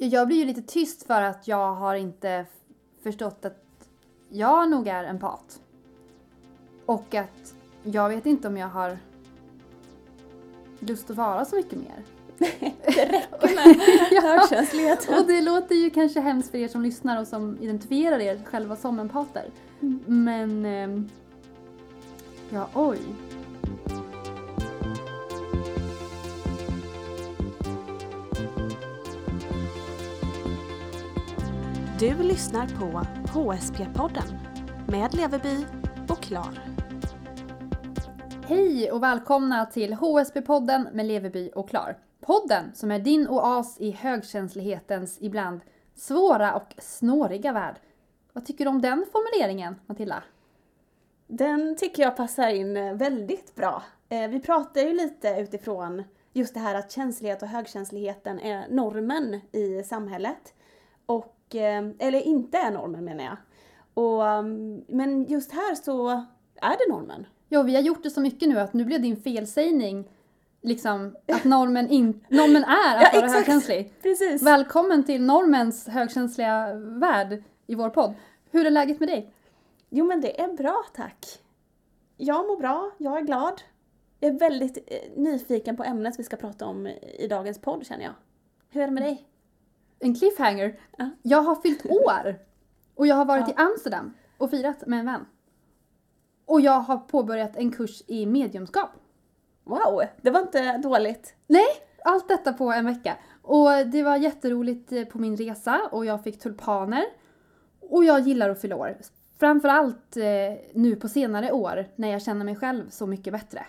Jag blir ju lite tyst för att jag har inte förstått att jag nog är empat. Och att jag vet inte om jag har lust att vara så mycket mer. Det räcker med högkänsligheten. Och det låter ju kanske hemskt för er som lyssnar och som identifierar er själva som empater. Men, ja, oj. Du lyssnar på HSP-podden med Leverby och Klar. Hej och välkomna till HSP-podden med Leverby och Klar. Podden som är din oas i högkänslighetens ibland svåra och snåriga värld. Vad tycker du om den formuleringen, Matilda? Den tycker jag passar in väldigt bra. Vi pratar ju lite utifrån just det här att känslighet och högkänsligheten är normen i samhället. Eller inte är normen menar jag. Men just här så är det normen. Ja, vi har gjort det så mycket nu att nu blir din felsägning liksom att normen är att vara högkänslig. Precis. Välkommen till normens högkänsliga värld i vår podd. Hur är läget med dig? Jo men det är bra tack. Jag mår bra, jag är glad. Jag är väldigt nyfiken på ämnet vi ska prata om i dagens podd känner jag. Hur är det med dig? En cliffhanger. Ja. Jag har fyllt år. Och jag har varit i Amsterdam och firat med en vän. Och jag har påbörjat en kurs i mediumskap. Wow, det var inte dåligt. Nej, allt detta på en vecka. Och det var jätteroligt på min resa och jag fick tulpaner. Och jag gillar att fylla år. Framförallt nu på senare år när jag känner mig själv så mycket bättre.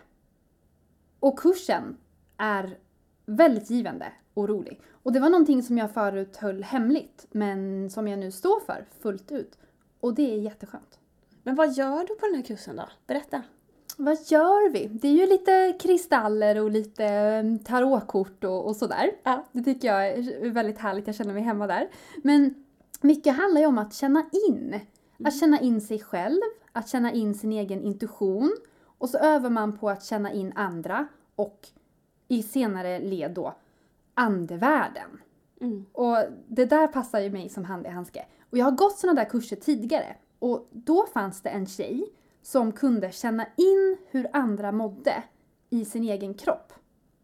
Och kursen är väldigt givande och rolig. Och det var någonting som jag förut höll hemligt men som jag nu står för fullt ut. Och det är jätteskönt. Men vad gör du på den här kursen då? Berätta. Vad gör vi? Det är ju lite kristaller och lite tarotkort och sådär. Ja. Det tycker jag är väldigt härligt. Jag känner mig hemma där. Men mycket handlar ju om att känna in. Att känna in sig själv. Att känna in sin egen intuition. Och så övar man på att känna in andra. Och i senare led då andevärlden. Och det där passar ju mig som hand i handske. Och jag har gått såna där kurser tidigare. Och då fanns det en tjej som kunde känna in hur andra mådde i sin egen kropp.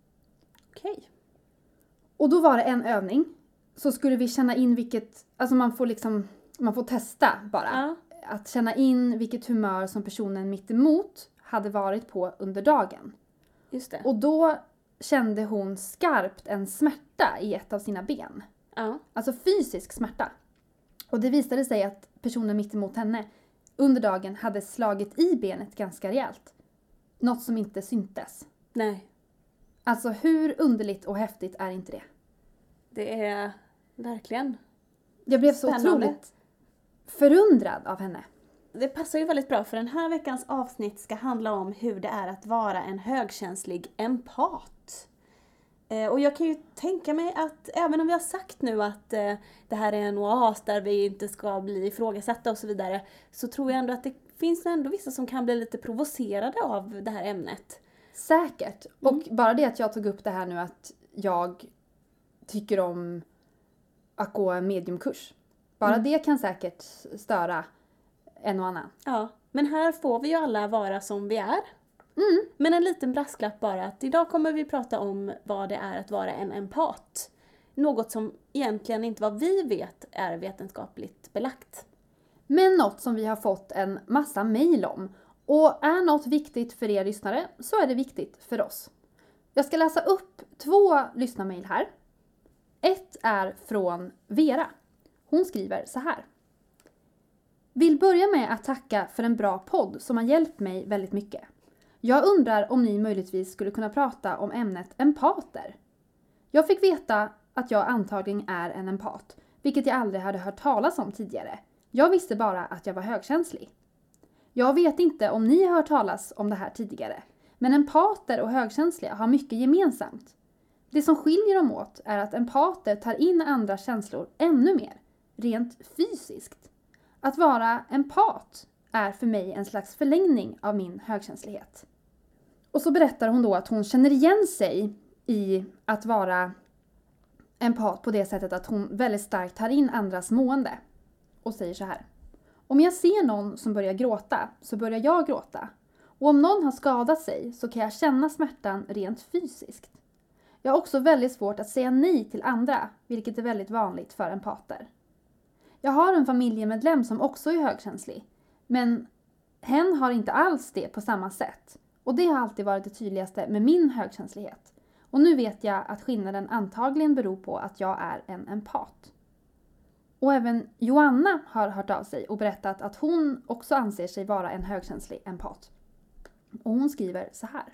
Okej. Och då var det en övning. Så skulle vi känna in vilket, alltså man får testa bara. Ja. Att känna in vilket humör som personen mitt emot hade varit på under dagen. Just det. Och då kände hon skarpt en smärta i ett av sina ben. Ja. Alltså fysisk smärta. Och det visade sig att personen mitt emot henne under dagen hade slagit i benet ganska rejält. Något som inte syntes. Nej. Alltså hur underligt och häftigt är inte det? Det är verkligen Jag blev så spännande. otroligt förundrad av henne. Det passar ju väldigt bra för den här veckans avsnitt ska handla om hur det är att vara en högkänslig empat. Och jag kan ju tänka mig att även om vi har sagt nu att det här är en oas där vi inte ska bli ifrågasatta och så vidare, så tror jag ändå att det finns ändå vissa som kan bli lite provocerade av det här ämnet. Säkert. Och bara det att jag tog upp det här nu att jag tycker om att gå en mediumkurs. Bara det kan säkert störa en och annan. Ja, men här får vi ju alla vara som vi är. Men en liten brasklapp bara att idag kommer vi prata om vad det är att vara en empat. Något som egentligen inte vad vi vet är vetenskapligt belagt. Men något som vi har fått en massa mejl om. Och är något viktigt för er lyssnare så är det viktigt för oss. Jag ska läsa upp 2 lyssnarmejl här. Ett är från Vera. Hon skriver så här. Vill börja med att tacka för en bra podd som har hjälpt mig väldigt mycket. Jag undrar om ni möjligtvis skulle kunna prata om ämnet empater. Jag fick veta att jag antagligen är en empat, vilket jag aldrig hade hört talas om tidigare. Jag visste bara att jag var högkänslig. Jag vet inte om ni har hört talas om det här tidigare, men empater och högkänsliga har mycket gemensamt. Det som skiljer dem åt är att empater tar in andra känslor ännu mer, rent fysiskt. Att vara empat är för mig en slags förlängning av min högkänslighet. Och så berättar hon då att hon känner igen sig i att vara empat på det sättet att hon väldigt starkt tar in andras mående. Och säger så här. Om jag ser någon som börjar gråta så börjar jag gråta. Och om någon har skadat sig så kan jag känna smärtan rent fysiskt. Jag har också väldigt svårt att säga nej till andra, vilket är väldigt vanligt för empater. Jag har en familjemedlem som också är högkänslig, men hen har inte alls det på samma sätt. Och det har alltid varit det tydligaste med min högkänslighet. Och nu vet jag att skillnaden antagligen beror på att jag är en empat. Och även Joanna har hört av sig och berättat att hon också anser sig vara en högkänslig empat. Och hon skriver så här.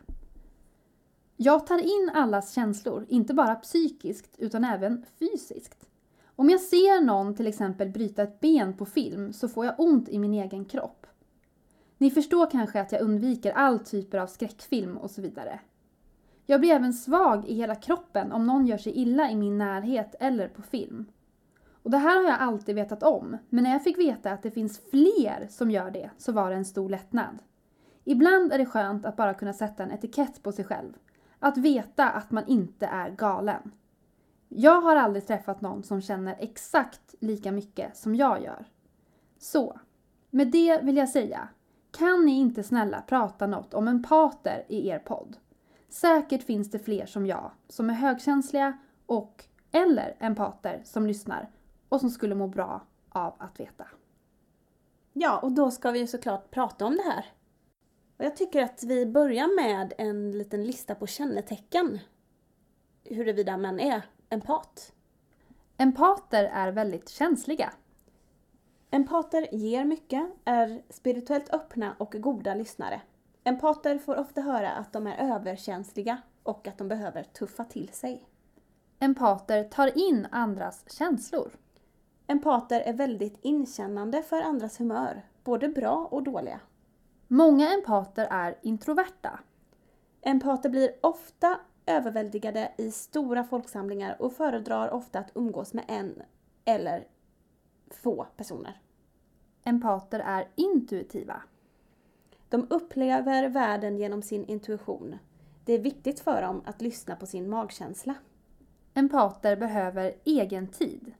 Jag tar in allas känslor, inte bara psykiskt utan även fysiskt. Om jag ser någon till exempel bryta ett ben på film så får jag ont i min egen kropp. Ni förstår kanske att jag undviker all typer av skräckfilm och så vidare. Jag blir även svag i hela kroppen om någon gör sig illa i min närhet eller på film. Och det här har jag alltid vetat om, men när jag fick veta att det finns fler som gör det så var det en stor lättnad. Ibland är det skönt att bara kunna sätta en etikett på sig själv. Att veta att man inte är galen. Jag har aldrig träffat någon som känner exakt lika mycket som jag gör. Så, med det vill jag säga, kan ni inte snälla prata något om empater i er podd? Säkert finns det fler som jag, som är högkänsliga och eller empater som lyssnar och som skulle må bra av att veta. Ja, och då ska vi såklart prata om det här. Och jag tycker att vi börjar med en liten lista på kännetecken. Huruvida man är empat. Empater är väldigt känsliga. Empater ger mycket, är spirituellt öppna och goda lyssnare. Empater får ofta höra att de är överkänsliga och att de behöver tuffa till sig. Empater tar in andras känslor. Empater är väldigt inkännande för andras humör, både bra och dåliga. Många empater är introverta. Empater blir ofta överväldigade i stora folksamlingar och föredrar ofta att umgås med en eller få personer. Empater är intuitiva. De upplever världen genom sin intuition. Det är viktigt för dem att lyssna på sin magkänsla. Empater behöver egen tid.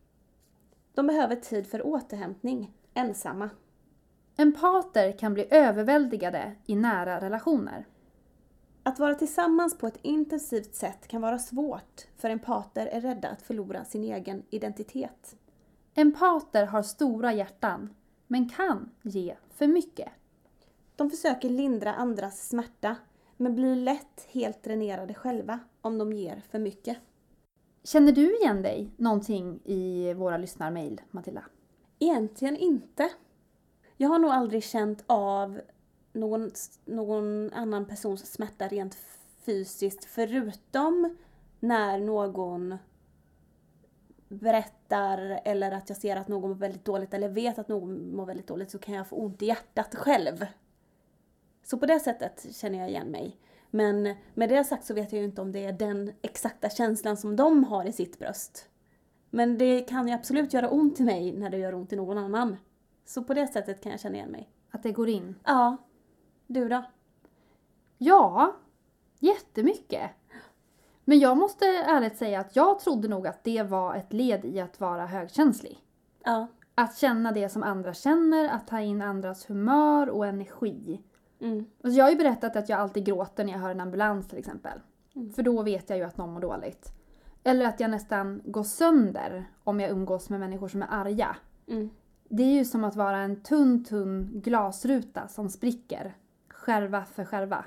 De behöver tid för återhämtning, ensamma. Empater kan bli överväldigade i nära relationer. Att vara tillsammans på ett intensivt sätt kan vara svårt, för empater är rädda att förlora sin egen identitet. Empater har stora hjärtan, men kan ge för mycket. De försöker lindra andras smärta, men blir lätt helt dränerade själva om de ger för mycket. Känner du igen dig någonting i våra lyssnarmail, Matilda? Egentligen inte. Jag har nog aldrig känt av någon annan persons smärta rent fysiskt, förutom när någon berättar eller att jag ser att någon mår väldigt dåligt eller vet att någon mår väldigt dåligt, så kan jag få ont i hjärtat själv. Så på det sättet känner jag igen mig. Men med det sagt så vet jag ju inte om det är den exakta känslan som de har i sitt bröst. Men det kan ju absolut göra ont i mig när det gör ont i någon annan. Så på det sättet kan jag känna igen mig. Att det går in? Ja. Du då? Ja, jättemycket. Men jag måste ärligt säga att jag trodde nog att det var ett led i att vara högkänslig. Ja. Att känna det som andra känner, att ta in andras humör och energi. Alltså jag har ju berättat att jag alltid gråter när jag hör en ambulans till exempel. För då vet jag ju att någon mår dåligt. Eller att jag nästan går sönder om jag umgås med människor som är arga. Det är ju som att vara en tunn glasruta som spricker. Skärva för skärva.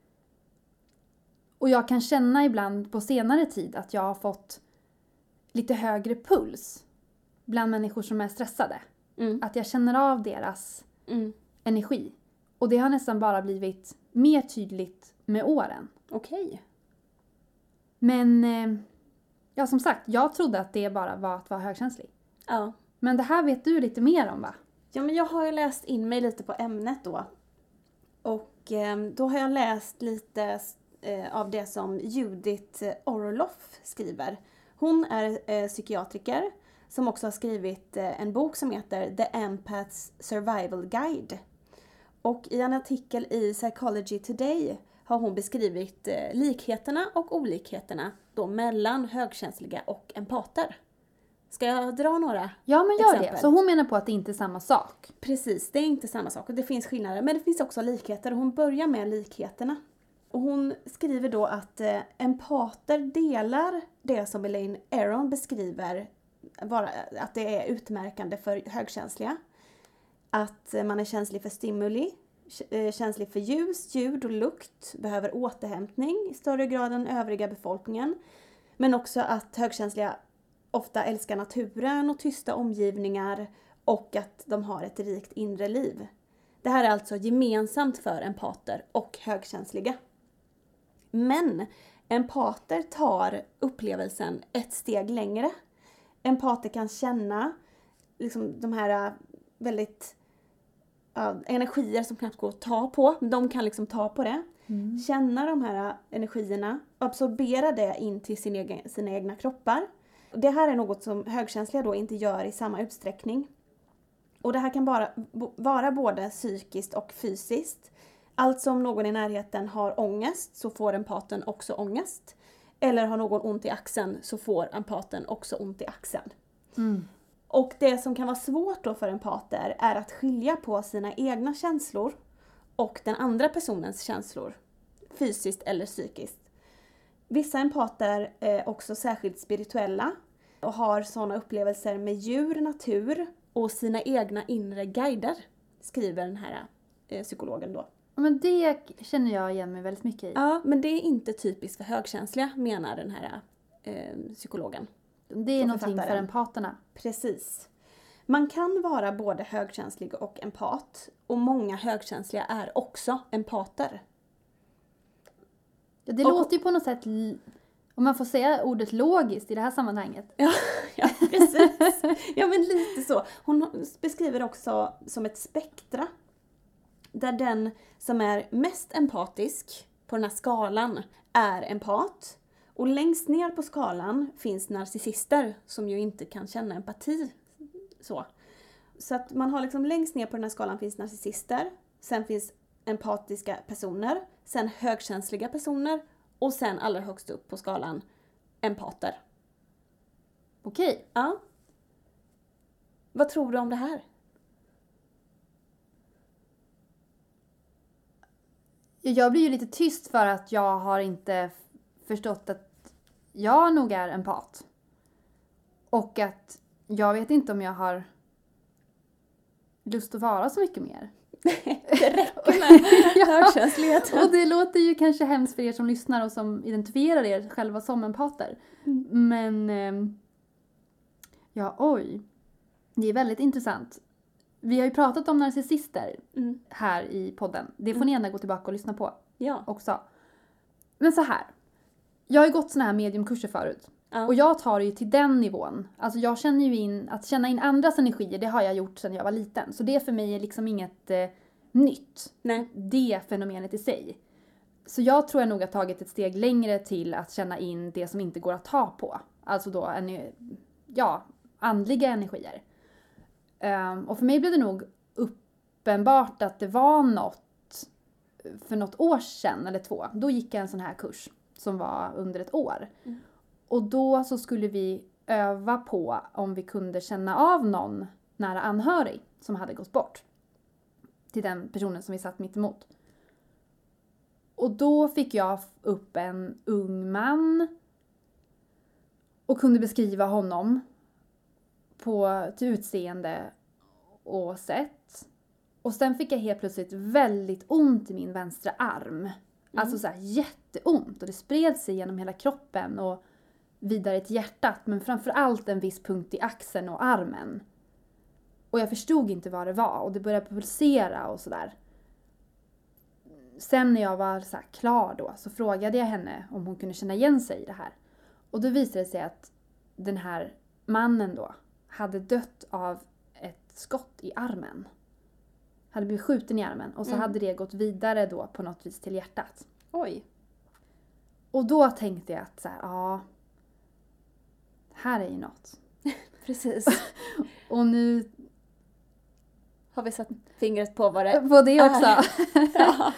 Och jag kan känna ibland på senare tid att jag har fått lite högre puls bland människor som är stressade. Att jag känner av deras energi. Och det har nästan bara blivit mer tydligt med åren. Okej. Men ja, som sagt, jag trodde att det bara var att vara högkänslig. Ja. Men det här vet du lite mer om, va? Ja, men jag har ju läst in mig lite på ämnet då. Och då har jag läst lite av det som Judith Orloff skriver. Hon är psykiatriker som också har skrivit en bok som heter The Empath's Survival Guide. Och i en artikel i Psychology Today har hon beskrivit likheterna och olikheterna då mellan högkänsliga och empater. Ska jag dra några Ja, men gör exempel? det. Så hon menar på att det inte är samma sak. Precis, det är inte samma sak. Och det finns skillnader, men det finns också likheter. Hon börjar med likheterna. Och hon skriver då att empater delar det som Elaine Aron beskriver att det är utmärkande för högkänsliga. Att man är känslig för stimuli, känslig för ljus, ljud och lukt, behöver återhämtning i större grad än övriga befolkningen. Men också att högkänsliga ofta älskar naturen och tysta omgivningar och att de har ett rikt inre liv. Det här är alltså gemensamt för empater och högkänsliga. Men empater tar upplevelsen ett steg längre. Empater kan känna liksom de här väldigt energier som knappt går att ta på. De kan liksom ta på det. Känna de här energierna. Absorbera det in till sina egna kroppar. Det här är något som högkänsliga då inte gör i samma utsträckning. Och det här kan bara vara både psykiskt och fysiskt. Alltså om någon i närheten har ångest så får empaten också ångest. Eller har någon ont i axeln så får empaten också ont i axeln. Och det som kan vara svårt då för empater är att skilja på sina egna känslor och den andra personens känslor. Fysiskt eller psykiskt. Vissa empater är också särskilt spirituella och har sådana upplevelser med djur, natur och sina egna inre guider, skriver den här psykologen då. Men det känner jag igen mig väldigt mycket i. Ja, men det är inte typiskt för högkänsliga, menar den här psykologen. Det är någonting för empaterna. Precis. Man kan vara både högkänslig och empat. Och många högkänsliga är också empater. Ja, det låter ju på något sätt, om man får säga ordet logiskt i det här sammanhanget. Ja, precis. Ja, men lite så. Hon beskriver också som ett spektra. Där den som är mest empatisk på den här skalan är empat. Och längst ner på skalan finns narcissister som ju inte kan känna empati. Så att man har liksom längst ner på den här skalan finns narcissister. Sen finns empatiska personer. Sen högkänsliga personer. Och sen allra högst upp på skalan empater. Okej. Ja. Vad tror du om det här? Jag blir ju lite tyst för att jag har inte förstått att jag nog är empat. Och att jag vet inte om jag har lust att vara så mycket mer. Det räcker med högkänslighet. Och det låter ju kanske hemskt för er som lyssnar och som identifierar er själva som empater. Men ja, oj. Det är väldigt intressant. Vi har ju pratat om narcissister här i podden. Det får ni gärna gå tillbaka och lyssna på också. Men så här. Jag har ju gått såna här mediumkurser förut. Ja. Och jag tar det ju till den nivån. Alltså jag känner ju in, att känna in andras energier, det har jag gjort sedan jag var liten. Så det för mig är liksom inget nytt. Nej. Det fenomenet i sig. Så jag tror jag nog har tagit ett steg längre till att känna in det som inte går att ta på. Alltså då andliga energier. Och för mig blev det nog uppenbart att det var något för något år sedan eller 2. Då gick jag en sån här kurs som var under ett år. Och då så skulle vi öva på om vi kunde känna av någon nära anhörig som hade gått bort. Till den personen som vi satt mitt emot. Och då fick jag upp en ung man. Och kunde beskriva honom till utseende och sätt. Och sen fick jag helt plötsligt väldigt ont i min vänstra arm. Alltså så här jätteont. Och det spred sig genom hela kroppen och vidare till hjärtat. Men framförallt en viss punkt i axeln och armen. Och jag förstod inte vad det var. Och det började pulsera och sådär. Sen när jag var så här klar då så frågade jag henne om hon kunde känna igen sig i det här. Och då visade det sig att den här mannen då hade dött av ett skott i armen. Hade blivit skjuten i armen. Och så hade det gått vidare då på något vis till hjärtat. Oj. Och då tänkte jag att så här, här är ju något. Precis. Och nu har vi satt fingret på vad det på det också. Ja.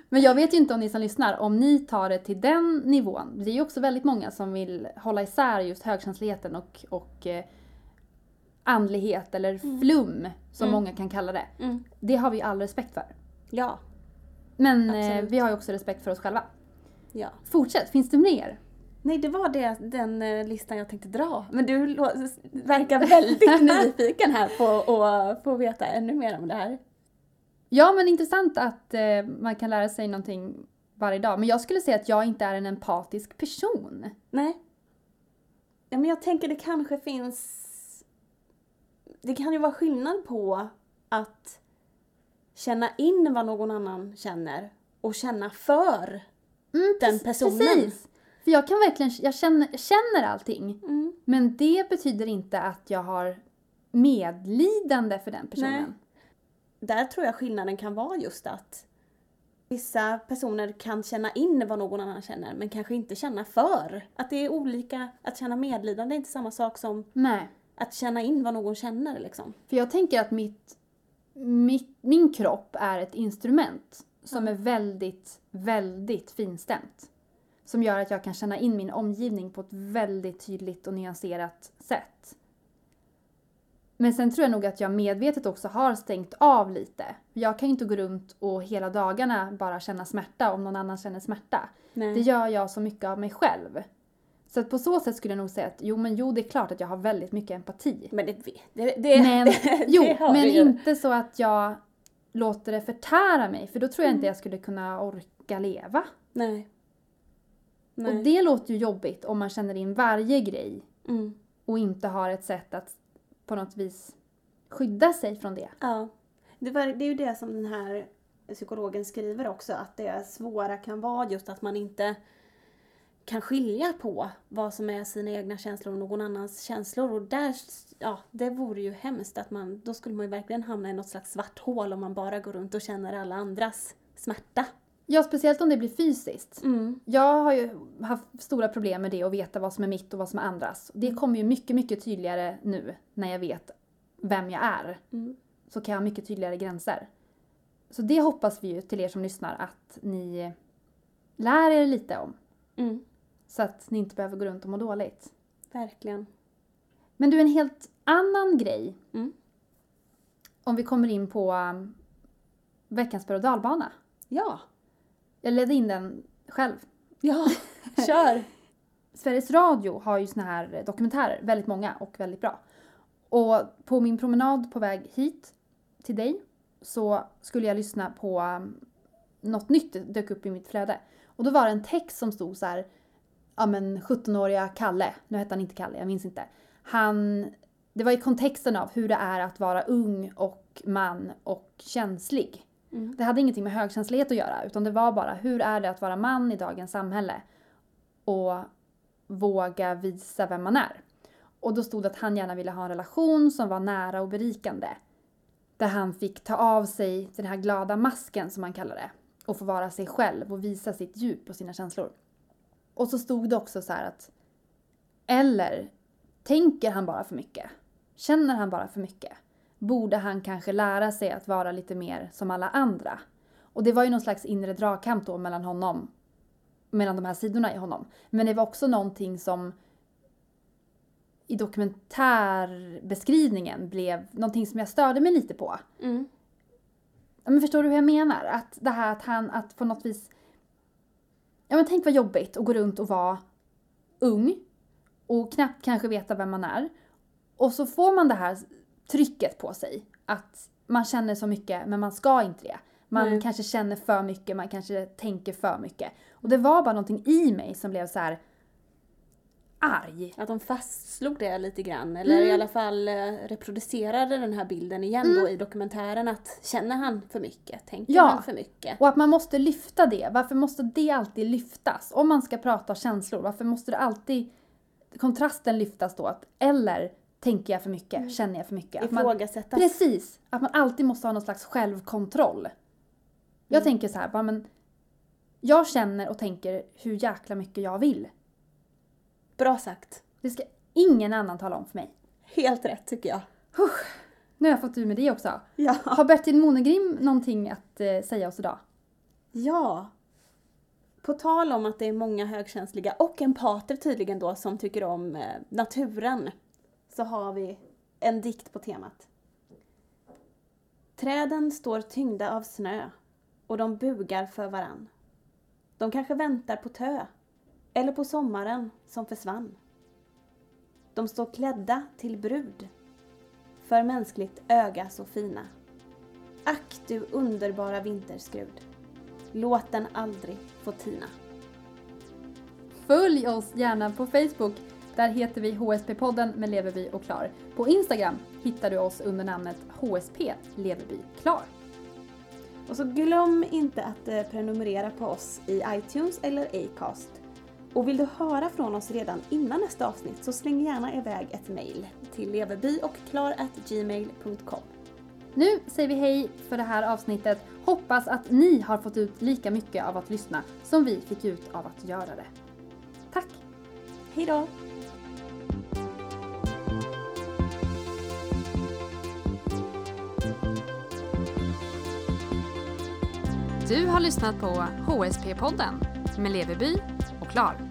Men jag vet ju inte om ni som lyssnar, om ni tar det till den nivån. Det är ju också väldigt många som vill hålla isär just högkänsligheten och andlighet eller flum som många kan kalla det. Det har vi all respekt för. Ja. Men Absolut. vi har ju också respekt för oss själva. Ja. Fortsätt, finns det mer? Nej, det var den listan jag tänkte dra. Men du verkar väldigt nyfiken här på att få veta ännu mer om det här. Ja, men intressant att man kan lära sig någonting varje dag. Men jag skulle säga att jag inte är en empatisk person. Nej. Ja, men jag tänker det kanske finns... Det kan ju vara skillnad på att känna in vad någon annan känner och känna för den personen. Precis. För jag kan verkligen, jag känner allting. Men det betyder inte att jag har medlidande för den personen. Nej. Där tror jag skillnaden kan vara just att vissa personer kan känna in vad någon annan känner men kanske inte känna för. Att det är olika, att känna medlidande är inte samma sak som Nej. att känna in vad någon känner liksom. För jag tänker att min kropp är ett instrument som är väldigt, väldigt finstämt. Som gör att jag kan känna in min omgivning på ett väldigt tydligt och nyanserat sätt. Men sen tror jag nog att jag medvetet också har stängt av lite. Jag kan ju inte gå runt och hela dagarna bara känna smärta om någon annan känner smärta. Nej. Det gör jag så mycket av mig själv. Så att på så sätt skulle jag nog säga att jo, det är klart att jag har väldigt mycket empati. Men Men inte så att jag låter det förtära mig. För då tror jag inte jag skulle kunna orka leva. Nej. Och det låter ju jobbigt om man känner in varje grej. Och inte har ett sätt att på något vis skydda sig från det. Ja. Det är ju det som den här psykologen skriver också. Att det svåra kan vara just att man inte kan skilja på vad som är sina egna känslor och någon annans känslor. Och där, det vore ju hemskt att då skulle man ju verkligen hamna i något slags svart hål om man bara går runt och känner alla andras smärta. Ja, speciellt om det blir fysiskt. Jag har ju haft stora problem med det och veta vad som är mitt och vad som är andras. Det kommer ju mycket, mycket tydligare nu när jag vet vem jag är. Så kan jag ha mycket tydligare gränser. Så det hoppas vi ju till er som lyssnar att ni lär er lite om. Så att ni inte behöver gå runt och må dåligt. Verkligen. Men du, en helt annan grej. Om vi kommer in på veckans berg- och dalbana. Ja. Jag ledde in den själv. Ja, kör. Sveriges Radio har ju såna här dokumentärer. Väldigt många och väldigt bra. Och på min promenad på väg hit till dig så skulle jag lyssna på något nytt dök upp i mitt flöde. Och då var det en text som stod så här: 17-åriga Kalle. Nu heter han inte Kalle, jag minns inte. Det var i kontexten av hur det är att vara ung och man och känslig. Det hade ingenting med högkänslighet att göra. Utan det var bara, hur är det att vara man i dagens samhälle? Och våga visa vem man är. Och då stod det att han gärna ville ha en relation som var nära och berikande. Där han fick ta av sig den här glada masken som man kallar det. Och få vara sig själv och visa sitt djup och sina känslor. Och så stod det också så här att, eller tänker han bara för mycket? Känner han bara för mycket? Borde han kanske lära sig att vara lite mer som alla andra? Och det var ju någon slags inre dragkamp då mellan honom. Mellan de här sidorna i honom. Men det var också någonting som i dokumentärbeskrivningen blev någonting som jag störde mig lite på. Men förstår du hur jag menar? Att det här att på något vis... Ja, men tänk vad jobbigt att gå runt och vara ung. Och knappt kanske veta vem man är. Och så får man det här trycket på sig. Att man känner så mycket, men man ska inte det. Man kanske känner för mycket, man kanske tänker för mycket. Och det var bara någonting i mig som blev så här arg. Att de fastslog det lite grann. Eller i alla fall reproducerade den här bilden igen då i dokumentären. Att känner han för mycket? Tänker han för mycket? Och att man måste lyfta det. Varför måste det alltid lyftas? Om man ska prata känslor, varför måste det alltid kontrasten lyftas då? Eller tänker jag för mycket? Känner jag för mycket? Ifrågasättas. Precis. Att man alltid måste ha någon slags självkontroll. Jag tänker så här, bara, men jag känner och tänker hur jäkla mycket jag vill. Bra sagt. Det ska ingen annan tala om för mig. Helt rätt tycker jag. Nu har jag fått ur med det också. Ja. Har Bertil Monegrim någonting att säga oss idag? Ja, på tal om att det är många högkänsliga och empater tydligen då som tycker om naturen, så har vi en dikt på temat. Träden står tyngda av snö och de bugar för varann. De kanske väntar på tö eller på sommaren som försvann. De står klädda till brud, för mänskligt öga så fina. Ack du underbara vinterskrud, låt den aldrig få tina. Följ oss gärna på Facebook. Där heter vi HSP-podden med Leverby och Klar. På Instagram hittar du oss under namnet HSP Leverby Klar. Och så glöm inte att prenumerera på oss i iTunes eller Acast. Och vill du höra från oss redan innan nästa avsnitt så släng gärna iväg ett mejl till leverbyochklar@gmail.com. Nu säger vi hej för det här avsnittet. Hoppas att ni har fått ut lika mycket av att lyssna som vi fick ut av att göra det. Tack! Hej då! Du har lyssnat på HSP-podden med Leverby och Klar.